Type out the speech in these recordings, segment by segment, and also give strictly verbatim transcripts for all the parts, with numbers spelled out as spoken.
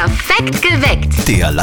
Perfekt geweckt. Der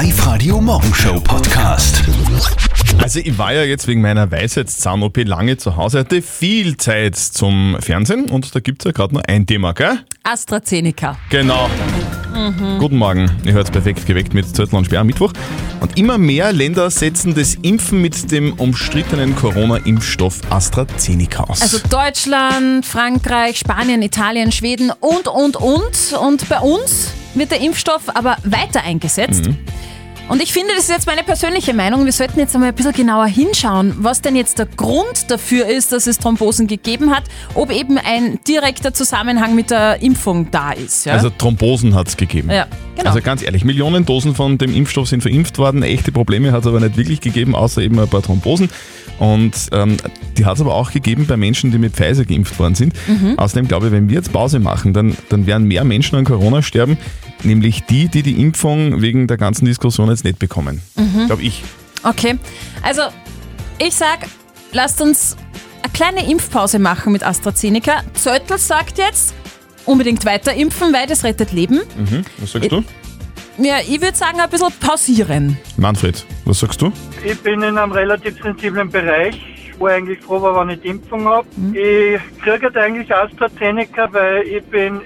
Live-Radio-Morgenshow-Podcast. Also ich war ja jetzt wegen meiner Weisheitszahn-O P lange zu Hause, hatte viel Zeit zum Fernsehen und da gibt es ja gerade nur ein Thema, gell? AstraZeneca. Genau. Mhm. Guten Morgen, ihr hört Perfekt geweckt mit Zürtel und Sperr am Mittwoch. Und immer mehr Länder setzen das Impfen mit dem umstrittenen Corona-Impfstoff AstraZeneca aus. Also Deutschland, Frankreich, Spanien, Italien, Schweden und, und, und. Und bei uns wird der Impfstoff aber weiter eingesetzt. Mhm. Und ich finde, das ist jetzt meine persönliche Meinung, wir sollten jetzt einmal ein bisschen genauer hinschauen, was denn jetzt der Grund dafür ist, dass es Thrombosen gegeben hat, ob eben ein direkter Zusammenhang mit der Impfung da ist. Ja? Also Thrombosen hat es gegeben. Ja, genau. Also ganz ehrlich, Millionen Dosen von dem Impfstoff sind verimpft worden, echte Probleme hat es aber nicht wirklich gegeben, außer eben ein paar Thrombosen. Und ähm, die hat es aber auch gegeben bei Menschen, die mit Pfizer geimpft worden sind. Mhm. Außerdem glaube ich, wenn wir jetzt Pause machen, dann, dann werden mehr Menschen an Corona sterben, nämlich die, die die Impfung wegen der ganzen Diskussion jetzt nicht bekommen. Mhm. Glaube ich. Okay, also ich sag, lasst uns eine kleine Impfpause machen mit AstraZeneca. Zöttl sagt jetzt, unbedingt weiter impfen, weil das rettet Leben. Mhm. Was sagst ich, du? Ja, ich würde sagen, ein bisschen pausieren. Manfred, was sagst du? Ich bin in einem relativ sensiblen Bereich, wo ich eigentlich froh war, wenn ich die Impfung habe. Mhm. Ich kriege jetzt eigentlich AstraZeneca, weil ich bin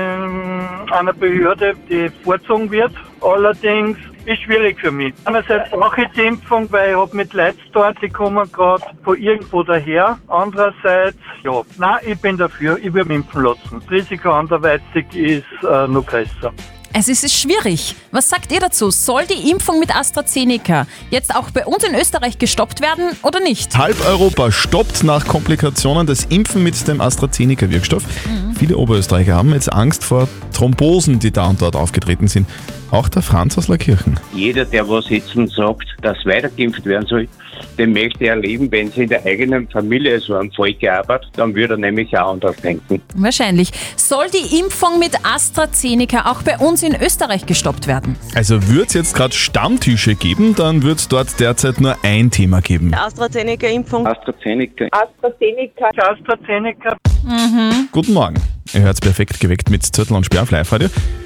in einer Behörde, die vorgezogen wird. Allerdings ist schwierig für mich. Einerseits brauche ich die Impfung, weil ich habe mit Leuten dort, die kommen gerade von irgendwo daher. Andererseits, ja, nein, ich bin dafür, ich würde mich impfen lassen. Das Risiko anderweitig ist äh, noch größer. Es ist schwierig. Was sagt ihr dazu? Soll die Impfung mit AstraZeneca jetzt auch bei uns in Österreich gestoppt werden oder nicht? Halb Europa stoppt nach Komplikationen das Impfen mit dem AstraZeneca-Wirkstoff. Mhm. Viele Oberösterreicher haben jetzt Angst vor Thrombosen, die da und dort aufgetreten sind. Auch der Franz aus Laakirchen. Jeder, der was jetzt und sagt, dass weiter geimpft werden soll, den möchte er erleben, wenn sie in der eigenen Familie so einen Fall gehabt hat, dann würde er nämlich auch anders denken. Wahrscheinlich. Soll die Impfung mit AstraZeneca auch bei uns in Österreich gestoppt werden? Also würde es jetzt gerade Stammtische geben, dann wird es dort derzeit nur ein Thema geben. AstraZeneca-Impfung. AstraZeneca. AstraZeneca. AstraZeneca. Mhm. Guten Morgen. Ihr hört Perfekt geweckt mit Zürtel und Sperr auf Live-Radio.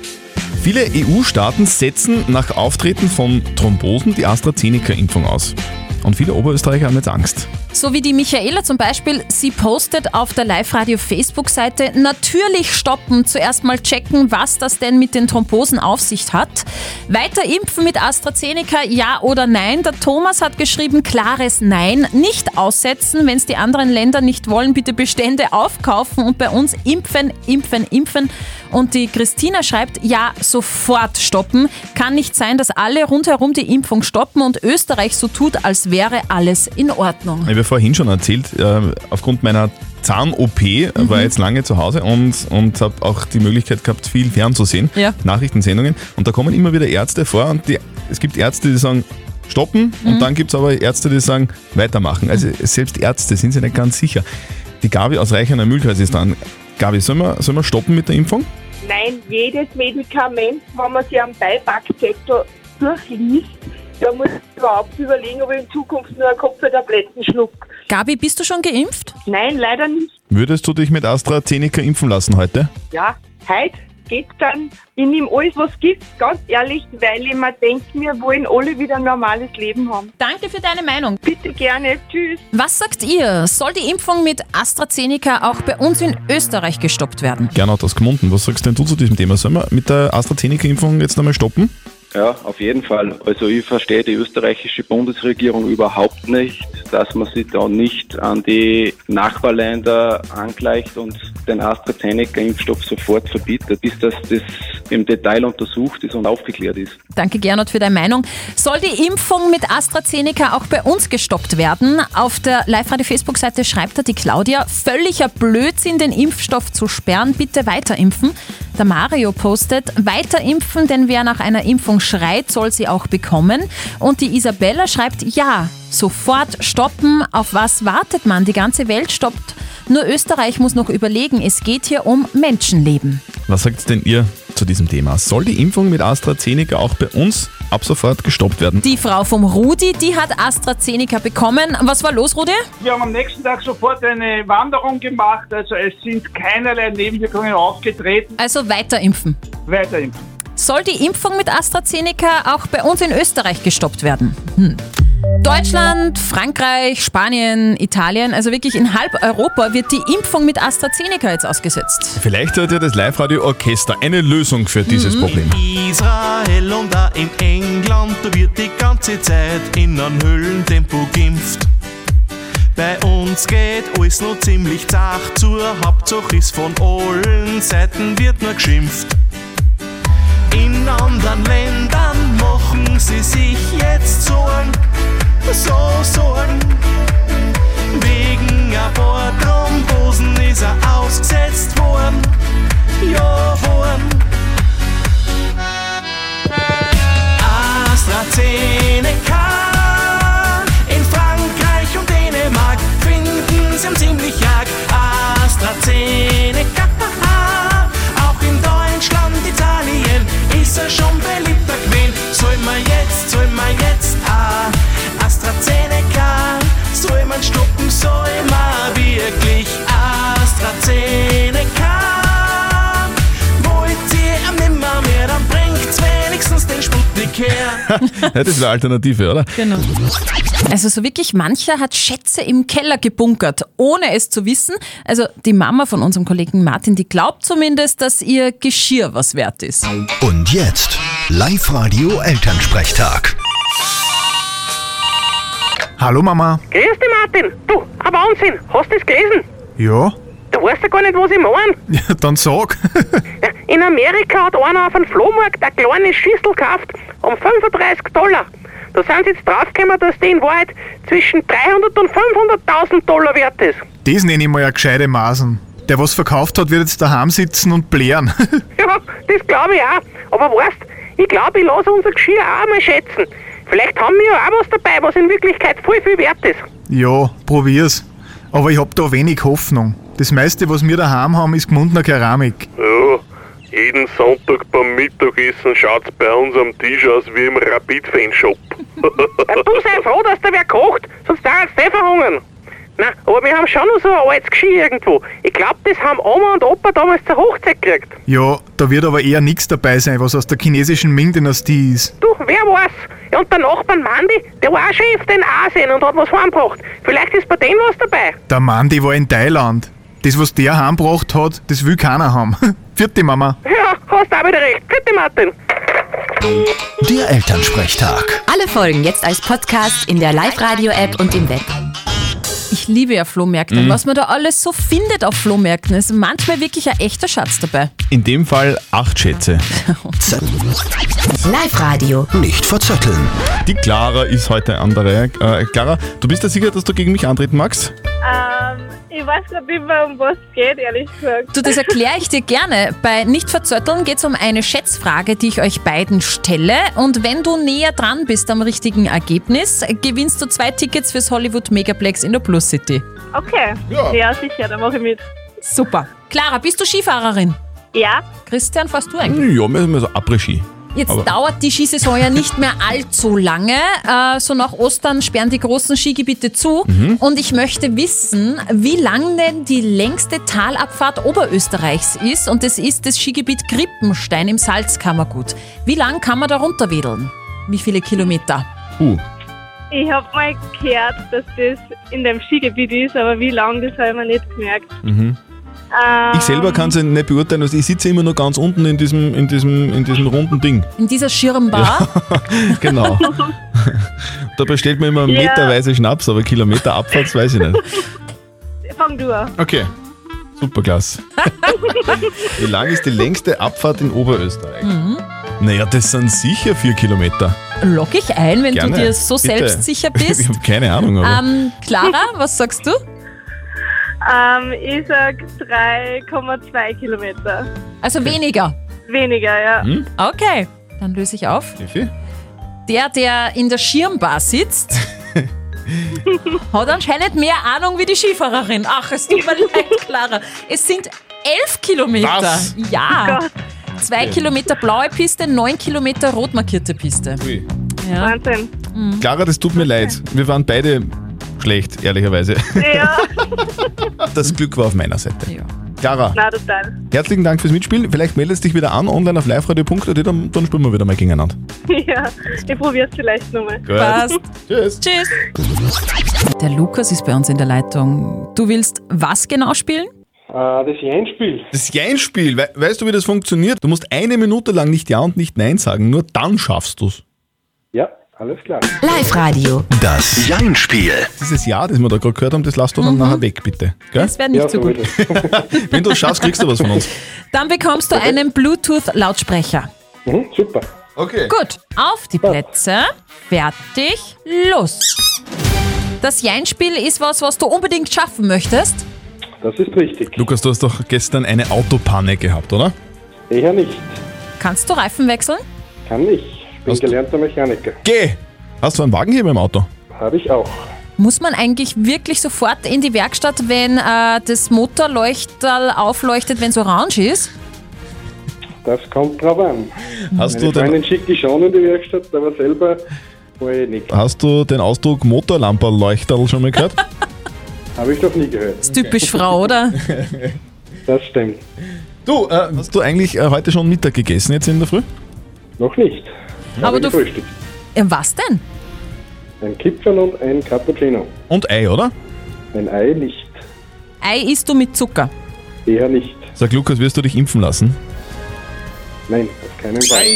Viele E U-Staaten setzen nach Auftreten von Thrombosen die AstraZeneca-Impfung aus. Und viele Oberösterreicher haben jetzt Angst. So wie die Michaela zum Beispiel, sie postet auf der Live-Radio-Facebook-Seite, natürlich stoppen, zuerst mal checken, was das denn mit den Thrombosen auf sich hat. Weiter impfen mit AstraZeneca, ja oder nein? Der Thomas hat geschrieben, klares Nein, nicht aussetzen, wenn es die anderen Länder nicht wollen, bitte Bestände aufkaufen und bei uns impfen, impfen, impfen. Und die Christina schreibt, ja, sofort stoppen. Kann nicht sein, dass alle rundherum die Impfung stoppen und Österreich so tut, als wäre alles in Ordnung. Ich habe vorhin schon erzählt, äh, aufgrund meiner Zahn-O P mhm. war ich jetzt lange zu Hause und, und habe auch die Möglichkeit gehabt, viel fernzusehen, ja. Nachrichtensendungen. Und da kommen immer wieder Ärzte vor und die, es gibt Ärzte, die sagen, stoppen mhm. und dann gibt es aber Ärzte, die sagen, weitermachen. Also mhm. selbst Ärzte sind sich nicht ganz sicher. Die Gabi aus Reichern Mühlkreis ist dran. Gabi, sollen wir, sollen wir stoppen mit der Impfung? Nein, jedes Medikament, wenn man sich am Beipackzettel durchliest, da muss ich überhaupt überlegen, ob ich in Zukunft nur eine Kopftabletten schluck. Gabi, bist du schon geimpft? Nein, leider nicht. Würdest du dich mit AstraZeneca impfen lassen heute? Ja, heute geht dann. Ich nehme alles, was es gibt, ganz ehrlich, weil ich mir denke, wir wollen alle wieder ein normales Leben haben. Danke für deine Meinung. Bitte gerne. Tschüss. Was sagt ihr? Soll die Impfung mit AstraZeneca auch bei uns in Österreich gestoppt werden? Gernot aus Gmunden, was sagst denn du zu diesem Thema? Sollen wir mit der AstraZeneca-Impfung jetzt nochmal stoppen? Ja, auf jeden Fall. Also ich verstehe die österreichische Bundesregierung überhaupt nicht, dass man sich da nicht an die Nachbarländer angleicht und den AstraZeneca-Impfstoff sofort verbietet, bis das, das im Detail untersucht ist und aufgeklärt ist. Danke Gernot für deine Meinung. Soll die Impfung mit AstraZeneca auch bei uns gestoppt werden? Auf der Live-Radio-Facebook-Seite schreibt er die Claudia, völliger Blödsinn, den Impfstoff zu sperren, bitte weiter impfen. Der Mario postet, weiter impfen, denn wer nach einer Impfung schreit, soll sie auch bekommen. Und die Isabella schreibt, ja, sofort stoppen. Auf was wartet man? Die ganze Welt stoppt. Nur Österreich muss noch überlegen, es geht hier um Menschenleben. Was sagt denn ihr zu diesem Thema? Soll die Impfung mit AstraZeneca auch bei uns ab sofort gestoppt werden? Die Frau vom Rudi, die hat AstraZeneca bekommen. Was war los, Rudi? Wir haben am nächsten Tag sofort eine Wanderung gemacht. Also es sind keinerlei Nebenwirkungen aufgetreten. Also weiter impfen. Weiter impfen. Soll die Impfung mit AstraZeneca auch bei uns in Österreich gestoppt werden? Hm. Deutschland, Frankreich, Spanien, Italien, also wirklich in halb Europa wird die Impfung mit AstraZeneca jetzt ausgesetzt. Vielleicht hat ja das Live-Radio-Orchester eine Lösung für dieses mhm. Problem. In Israel und auch in England, da wird die ganze Zeit in einem Höhlentempo geimpft. Bei uns geht alles noch ziemlich zach zur, Hauptsache ist von allen Seiten wird nur geschimpft. In anderen Ländern machen sie sich jetzt Sorgen, so Sorgen. Wegen ein paar Thrombosen ist er ausgesetzt worden, ja worden. AstraZeneca in Frankreich und Dänemark finden sie ziemlich arg. AstraZeneca auch in Deutschland, Italien ist er schon beliebter gewesen. Soll man jetzt, soll man jetzt ah, AstraZeneca, soll man stoppen, soll man wirklich AstraZeneca. Wollt ihr am nimmer mehr, dann bringt's wenigstens den Sputnik her. Ja, das wäre eine Alternative, oder? Genau. Also so wirklich, mancher hat Schätze im Keller gebunkert, ohne es zu wissen. Also die Mama von unserem Kollegen Martin, die glaubt zumindest, dass ihr Geschirr was wert ist. Und jetzt, Live-Radio Elternsprechtag. Hallo Mama. Grüß dich Martin. Du, ein Wahnsinn. Hast du das gelesen? Ja. Du weißt ja gar nicht, was ich meine. Ja, dann sag. Ja, in Amerika hat einer auf einem Flohmarkt eine kleine Schüssel gekauft um fünfunddreißig Dollar. Da sind sie jetzt draufgekommen, dass die in Wahrheit zwischen dreihundert und fünfhunderttausend Dollar wert ist. Das nenne ich mal eine gescheite Maßen. Der, was verkauft hat, wird jetzt daheim sitzen und blären. Ja, das glaube ich auch. Aber weißt, ich glaube, ich lasse unser Geschirr auch einmal schätzen. Vielleicht haben wir ja auch was dabei, was in Wirklichkeit voll viel wert ist. Ja, probier's. Aber ich hab da wenig Hoffnung. Das meiste, was wir daheim haben, ist gemundener Keramik. Ja, jeden Sonntag beim Mittagessen schaut's bei uns am Tisch aus wie im Rapid-Fanshop. Ja, du sei froh, dass da wer kocht, sonst darf es verhungern. Nein, aber wir haben schon noch so ein altes Geschirr irgendwo. Ich glaube, das haben Oma und Opa damals zur Hochzeit gekriegt. Ja, da wird aber eher nichts dabei sein, was aus der chinesischen Ming-Dynastie ist. Du, wer weiß? Ja, und der Nachbarn Mandi, der war auch schon öfter in Asien und hat was heimgebracht. Vielleicht ist bei dem was dabei. Der Mandi war in Thailand. Das, was der heimgebracht hat, das will keiner haben. Vierte Mama. Ja, hast auch wieder recht. Vierte Martin. Der Elternsprechtag. Alle Folgen jetzt als Podcast in der Live-Radio-App und im Web. Ich liebe ja Flohmärkte. Mhm. Was man da alles so findet auf Flohmärkten, ist manchmal wirklich ein echter Schatz dabei. In dem Fall acht Schätze. Live-Radio. Nicht verzetteln. Die Clara ist heute andere. Äh, Clara, du bist ja sicher, dass du gegen mich antreten magst? Ähm, ich weiß gerade nicht mehr, um was es geht, ehrlich gesagt. Du, das erkläre ich dir gerne. Bei Nicht verzötteln geht es um eine Schätzfrage, die ich euch beiden stelle. Und wenn du näher dran bist am richtigen Ergebnis, gewinnst du zwei Tickets fürs Hollywood Megaplex in der Plus City. Okay, ja, ja sicher, dann mache ich mit. Super. Clara, bist du Skifahrerin? Ja. Christian, fährst du eigentlich? Ja, wir so Après-Ski. Jetzt Aber dauert die Skisaison ja nicht mehr allzu lange. Äh, so nach Ostern sperren die großen Skigebiete zu. Mhm. Und ich möchte wissen, wie lang denn die längste Talabfahrt Oberösterreichs ist. Und das ist das Skigebiet Grippenstein im Salzkammergut. Wie lang kann man da runterwedeln? Wie viele Kilometer? Uh. Ich habe mal gehört, dass das in dem Skigebiet ist, aber wie lang, das habe ich mir nicht gemerkt. Mhm. Ähm, ich selber kann es nicht beurteilen, also ich sitze immer nur ganz unten in diesem, in diesem, in diesem runden Ding. In dieser Schirmbar? Ja, genau. Da bestellt man immer Ja. meterweise Schnaps, aber Kilometer Abfahrt, weiß ich nicht. Fang du an. Okay, super klasse. Wie lang ist die längste Abfahrt in Oberösterreich? Mhm. Naja, das sind sicher vier Kilometer. Log ich ein, wenn Gerne. du dir so Bitte. selbstsicher bist. Ich habe keine Ahnung. Aber Ähm, Clara, was sagst du? Ähm, ich sag drei Komma zwei Kilometer. Also weniger. Weniger, ja. Hm? Okay, dann löse ich auf. Wie viel? Der, der in der Schirmbar sitzt, hat anscheinend mehr Ahnung wie die Skifahrerin. Ach, es tut mir leid, Clara. Es sind elf Kilometer. Was? Ja. Oh Gott. Zwei Kilometer blaue Piste, neun Kilometer rot markierte Piste. Ui. Ja. Wahnsinn. Clara, das tut mir leid. Wir waren beide schlecht, ehrlicherweise. Ja. Das Glück war auf meiner Seite. Ja. Clara. Na, total. Herzlichen Dank fürs Mitspielen. Vielleicht meldest du dich wieder an, online auf liveradio punkt at, dann, dann spielen wir wieder mal gegeneinander. Ja, ich probiere es vielleicht nochmal. Passt. Tschüss. Tschüss. Der Lukas ist bei uns in der Leitung. Du willst was genau spielen? Uh, das Jein-Spiel. Das Jein-Spiel, We weißt du, wie das funktioniert? Du musst eine Minute lang nicht Ja und nicht Nein sagen, nur dann schaffst du es. Ja, alles klar. Live-Radio. Das Jein-Spiel. Dieses Ja, das wir da gerade gehört haben, das lass du dann mhm. nachher weg, bitte. Gell? Das wäre nicht Ja, so so gut. Wenn du es schaffst, kriegst du was von uns. Dann bekommst du einen Bluetooth-Lautsprecher. Mhm, super. Okay. Gut, auf die Plätze, fertig, los. Das Jein-Spiel ist was, was du unbedingt schaffen möchtest. Das ist richtig. Lukas, du hast doch gestern eine Autopanne gehabt, oder? Eher nicht. Kannst du Reifen wechseln? Kann ich. Bin Hast du- gelernter Mechaniker. Geh! Hast du einen Wagenheber im Auto? Habe ich auch. Muss man eigentlich wirklich sofort in die Werkstatt, wenn äh, das Motorleuchterl aufleuchtet, wenn es orange ist? Das kommt drauf an. Hast Meine du den, Freundin schickt die schon in die Werkstatt, aber selber war ich nicht. hast du den Ausdruck Motorlamperleuchterl schon mal gehört? Habe ich doch nie gehört. Ist typisch Frau, oder? Das stimmt. Du, äh, hast du eigentlich äh, heute schon Mittag gegessen jetzt in der Früh? Noch nicht. Aber Habe du- gefrühstückt. Ja, was denn? Ein Kipferl und ein Cappuccino. Und Ei, oder? Ein Ei nicht. Ei isst du mit Zucker. Eher nicht. Sag Lukas, wirst du dich impfen lassen? Nein, auf keinen Fall.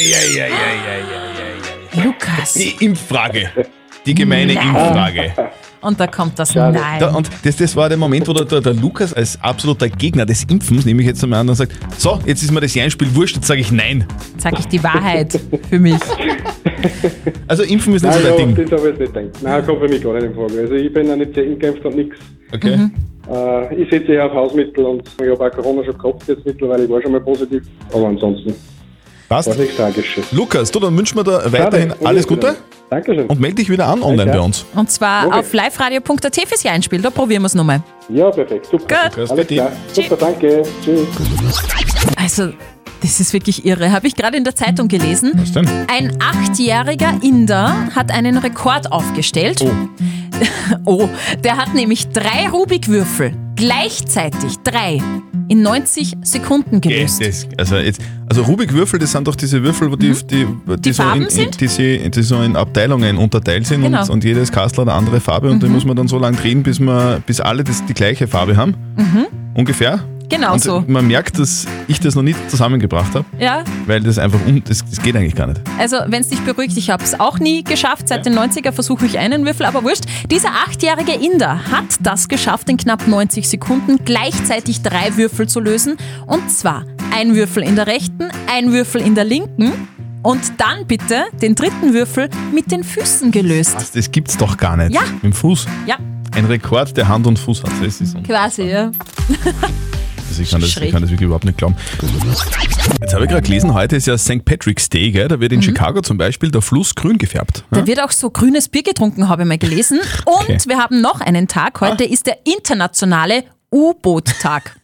Lukas. Die Impffrage. Die gemeine Nein. Impffrage. Und da kommt das Schade. Nein. Da, und das, das war der Moment, wo der, der, der Lukas als absoluter Gegner des Impfens, nehme ich jetzt einmal an, und sagt, so, jetzt ist mir das Jein-Spiel wurscht, jetzt sage ich Nein. Sag ich die Wahrheit für mich. Also Impfen ist nicht Nein, so dein ja, Ding. das habe ich jetzt nicht gedacht. Nein, kommt für mich gar nicht in Frage. Also ich bin ja nicht sehr impfgeimpft und nichts. Okay. Mhm. Äh, ich setze ja auf Hausmittel und ich habe auch Corona schon gehabt jetzt mittlerweile, ich war schon mal positiv. Aber ansonsten Passt. war nichts Tragisches. Lukas, du, dann wünschen wir dir weiterhin Schade, alles und jetzt Gute wieder. Dankeschön. und melde dich wieder an online Danke. bei uns. Und zwar Okay. auf liveradio punkt at fürs Jein-Spiel. Da probieren wir es nochmal. Ja, perfekt, super. Gut. Lukas, Alles bitte. klar. Super, danke. Tschüss. Also, das ist wirklich irre. Habe ich gerade in der Zeitung gelesen. Was denn? Ein achtjähriger Inder hat einen Rekord aufgestellt. Oh. Oh, der hat nämlich drei Rubikwürfel gleichzeitig, drei, in neunzig Sekunden gelöst. Das, also, jetzt, also Rubikwürfel, das sind doch diese Würfel, wo die, die, die, Die so, Farben in, sind? die, sie- die so in Abteilungen unterteilt sind Genau. und, und jedes Kastel hat eine andere Farbe und den muss man dann so lange drehen, bis, man, bis alle das, die gleiche Farbe haben. Ungefähr. Genau und so. man merkt, dass ich das noch nicht zusammengebracht habe, Ja, weil das einfach, un, das, das geht eigentlich gar nicht. also wenn es dich beruhigt, ich habe es auch nie geschafft. Seit den neunziger versuche ich einen Würfel, aber wurscht. Dieser achtjährige Inder hat das geschafft, in knapp neunzig Sekunden gleichzeitig drei Würfel zu lösen. Und zwar ein Würfel in der rechten, ein Würfel in der linken und dann bitte den dritten Würfel mit den Füßen gelöst. Was, das gibt's doch gar nicht. Ja. Mit dem Fuß. Ja, Ein Rekord, der Hand und Fuß hat. Das ist, quasi, ja. also ich, kann das, ich Schräg. kann das wirklich überhaupt nicht glauben. Jetzt habe ich gerade gelesen, heute ist ja Sankt Patrick's Day, gell? Da wird Mhm. in Chicago zum Beispiel der Fluss grün gefärbt. Da wird auch so grünes Bier getrunken, habe ich mal gelesen. Und Okay. wir haben noch einen Tag. Heute ist der internationale U-Boot-Tag.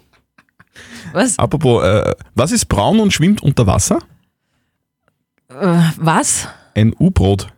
Was? Apropos, äh, was ist braun und schwimmt unter Wasser? Äh, was? Ein U-Brot.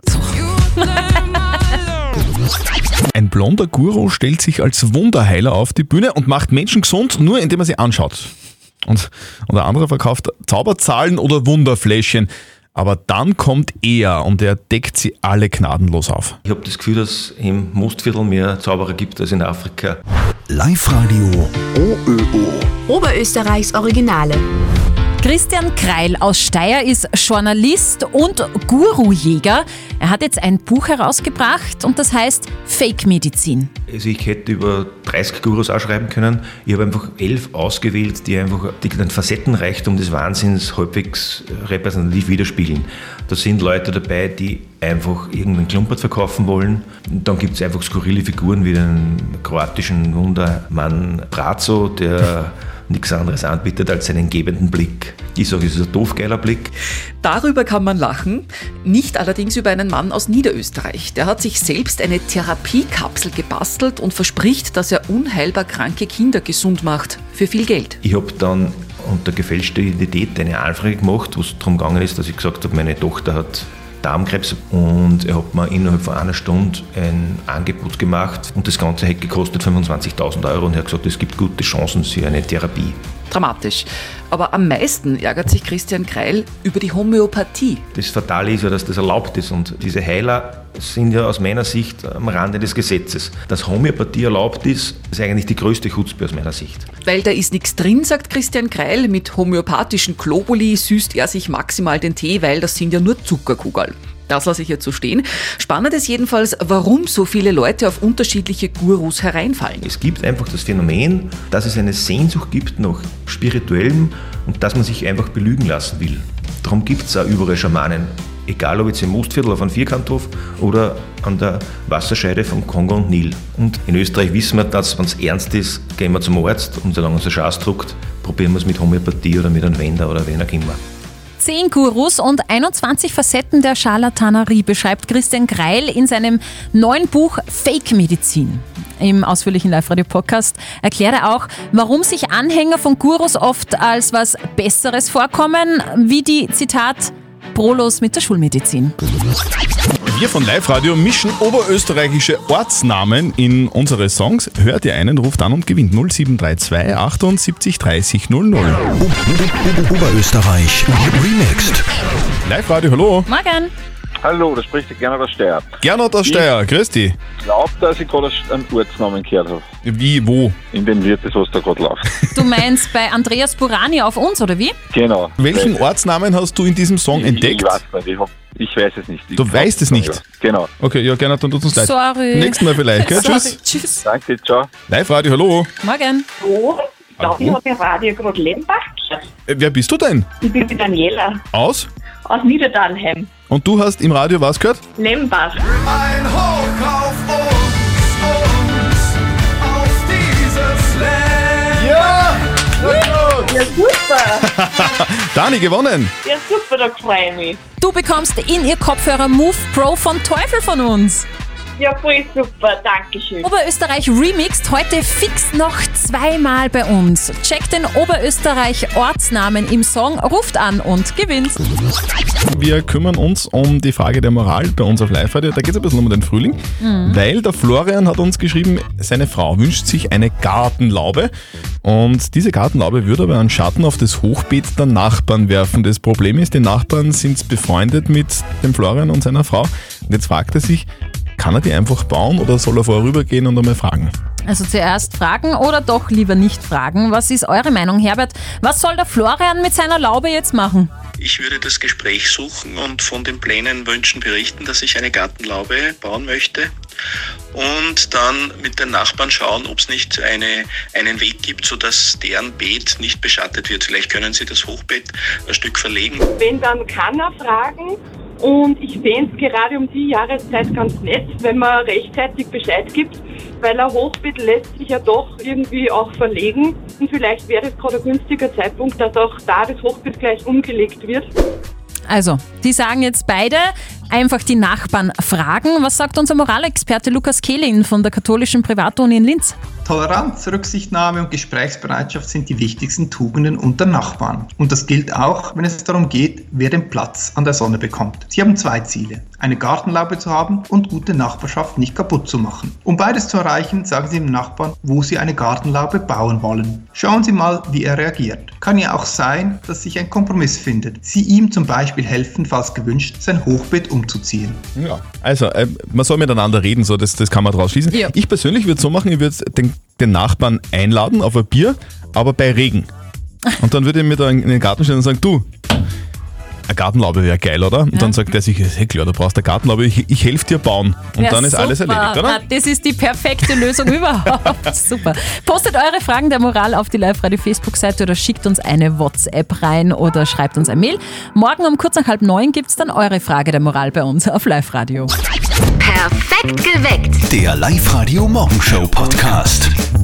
Ein blonder Guru stellt sich als Wunderheiler auf die Bühne und macht Menschen gesund, nur indem er sie anschaut. Und, und der andere verkauft Zauberzahlen oder Wunderfläschchen. Aber dann kommt er und er deckt sie alle gnadenlos auf. Ich habe das Gefühl, dass es im Mostviertel mehr Zauberer gibt als in Afrika. Live-Radio O Ö O. Oberösterreichs Originale. Christian Kreil aus Steyr ist Journalist und Gurujäger. Er hat jetzt ein Buch herausgebracht und das heißt Fake-Medizin. Also ich hätte über dreißig Gurus ausschreiben können. Ich habe einfach elf ausgewählt, die einfach den Facettenreichtum des Wahnsinns halbwegs repräsentativ widerspiegeln. Da sind Leute dabei, die einfach irgendeinen Klumpert verkaufen wollen. Und dann gibt es einfach skurrile Figuren wie den kroatischen Wundermann Braco, der nichts anderes anbietet als seinen gebenden Blick. Ich sage, es ist ein doofgeiler Blick. Darüber kann man lachen, nicht allerdings über einen Mann aus Niederösterreich. Der hat sich selbst eine Therapiekapsel gebastelt und verspricht, dass er unheilbar kranke Kinder gesund macht. Für viel Geld. Ich habe dann unter gefälschter Identität eine Anfrage gemacht, wo es darum gegangen ist, dass ich gesagt habe, meine Tochter hat Darmkrebs und er hat mir innerhalb von einer Stunde ein Angebot gemacht und das Ganze hat gekostet fünfundzwanzigtausend Euro und er hat gesagt, es gibt gute Chancen für eine Therapie. Dramatisch. Aber am meisten ärgert sich Christian Kreil über die Homöopathie. Das Fatale ist ja, dass das erlaubt ist und diese Heiler sind ja aus meiner Sicht am Rande des Gesetzes. Dass Homöopathie erlaubt ist, ist eigentlich die größte Chutzpe aus meiner Sicht. Weil da ist nichts drin, sagt Christian Kreil. Mit homöopathischen Globuli süßt er sich maximal den Tee, weil das sind ja nur Zuckerkugeln. Das lasse ich jetzt so stehen. Spannend ist jedenfalls, warum so viele Leute auf unterschiedliche Gurus hereinfallen. Es gibt einfach das Phänomen, dass es eine Sehnsucht gibt nach Spirituellem und dass man sich einfach belügen lassen will. Darum gibt es auch überall Schamanen. Egal ob jetzt im Mostviertel auf einem Vierkanthof oder an der Wasserscheide von Kongo und Nil. Und in Österreich wissen wir, dass wenn es ernst ist, gehen wir zum Arzt und solange uns der Schaß druckt, probieren wir es mit Homöopathie oder mit einem Wender oder wen auch immer. Zehn Gurus und einundzwanzig Facetten der Scharlatanerie beschreibt Christian Kreil in seinem neuen Buch Fake Medizin. Im ausführlichen Live-Radio-Podcast erklärt er auch, warum sich Anhänger von Gurus oft als was Besseres vorkommen, wie die, Zitat, Prolos mit der Schulmedizin. Wir von Live-Radio mischen oberösterreichische Ortsnamen in unsere Songs. Hört ihr einen, ruft an und gewinnt null sieben drei zwei achtundsiebzig dreißig null null. Oberösterreich remixed. Live-Radio, hallo. Morgen. Hallo, da spricht der Gernot aus Steyr. Gernot aus Steyr, grüß dich. Ich glaube, dass ich gerade einen Ortsnamen gehört habe. Wie, wo? In den Wirtes, was da gerade läuft. Du meinst bei Andreas Burani auf uns, oder wie? Genau. Welchen Ortsnamen hast du in diesem Song ich, entdeckt? Ich weiß nicht, ich, hab, ich weiß es nicht. Ich du weißt es nicht? Ja. Genau. Okay, ja, Gernot, dann tut uns leid. Sorry. Nächstes Mal vielleicht, gell? Sorry. Tschüss. Tschüss. Danke, ciao. Live-Radio, hallo. Morgen. So, ich glaube, ich habe im Radio gerade Lembach gehört. Äh, wer bist du denn? Ich bin die Daniela Aus? aus Niederdahlheim. Und du hast im Radio was gehört? Lembach. Ein Hoch auf uns, uns, auf dieses Land. Ja! Ja, super. Dani, gewonnen. Ja, super, da freue ich mich. Du bekommst in ihr Kopfhörer Move Pro von Teufel von uns. Ja, voll super, danke schön. Oberösterreich remixed heute fix noch zweimal bei uns. Checkt den Oberösterreich Ortsnamen im Song, ruft an und gewinnt. Wir kümmern uns um die Frage der Moral bei uns auf Live-Radio. Da geht es ein bisschen um den Frühling, mhm. weil der Florian hat uns geschrieben, seine Frau wünscht sich eine Gartenlaube und diese Gartenlaube würde aber einen Schatten auf das Hochbeet der Nachbarn werfen. Das Problem ist, die Nachbarn sind befreundet mit dem Florian und seiner Frau und jetzt fragt er sich, kann er die einfach bauen oder soll er vorübergehen und einmal fragen? Also zuerst fragen oder doch lieber nicht fragen. Was ist eure Meinung, Herbert? Was soll der Florian mit seiner Laube jetzt machen? Ich würde das Gespräch suchen und von den Plänen, Wünschen berichten, dass ich eine Gartenlaube bauen möchte. Und dann mit den Nachbarn schauen, ob es nicht eine, einen Weg gibt, sodass deren Beet nicht beschattet wird. Vielleicht können sie das Hochbeet ein Stück verlegen. Wenn, dann kann er fragen. Und ich fände es gerade um die Jahreszeit ganz nett, wenn man rechtzeitig Bescheid gibt, weil ein Hochbeet lässt sich ja doch irgendwie auch verlegen. Und vielleicht wäre es gerade ein günstiger Zeitpunkt, dass auch da das Hochbeet gleich umgelegt wird. Also, die sagen jetzt beide, einfach die Nachbarn fragen. Was sagt unser Moralexperte Lukas Kehlin von der katholischen Privatuni in Linz? Toleranz, Rücksichtnahme und Gesprächsbereitschaft sind die wichtigsten Tugenden unter Nachbarn. Und das gilt auch, wenn es darum geht, wer den Platz an der Sonne bekommt. Sie haben zwei Ziele: eine Gartenlaube zu haben und gute Nachbarschaft nicht kaputt zu machen. Um beides zu erreichen, sagen Sie dem Nachbarn, wo Sie eine Gartenlaube bauen wollen. Schauen Sie mal, wie er reagiert. Kann ja auch sein, dass sich ein Kompromiss findet. Sie ihm zum Beispiel helfen, falls gewünscht, sein Hochbeet umzuziehen. Ja, also äh, man soll miteinander reden, so das, das kann man draus schließen. Ja. Ich persönlich würde es so machen, ich würde den, den Nachbarn einladen auf ein Bier, aber bei Regen. Und dann würde ich mir da in den Garten stellen und sagen, du, eine Gartenlaube wäre geil, oder? Und ja. dann sagt er sich, hey klar, du brauchst eine Gartenlaube, ich, ich helfe dir bauen. Und ja, dann ist super. Alles erledigt, oder? Na, das ist die perfekte Lösung überhaupt. Super. Postet eure Fragen der Moral auf die Live-Radio-Facebook-Seite oder schickt uns eine WhatsApp rein oder schreibt uns ein Mail. Morgen um kurz nach halb neun gibt es dann eure Frage der Moral bei uns auf Live-Radio. Perfekt geweckt. Der Live-Radio Morgenshow Podcast.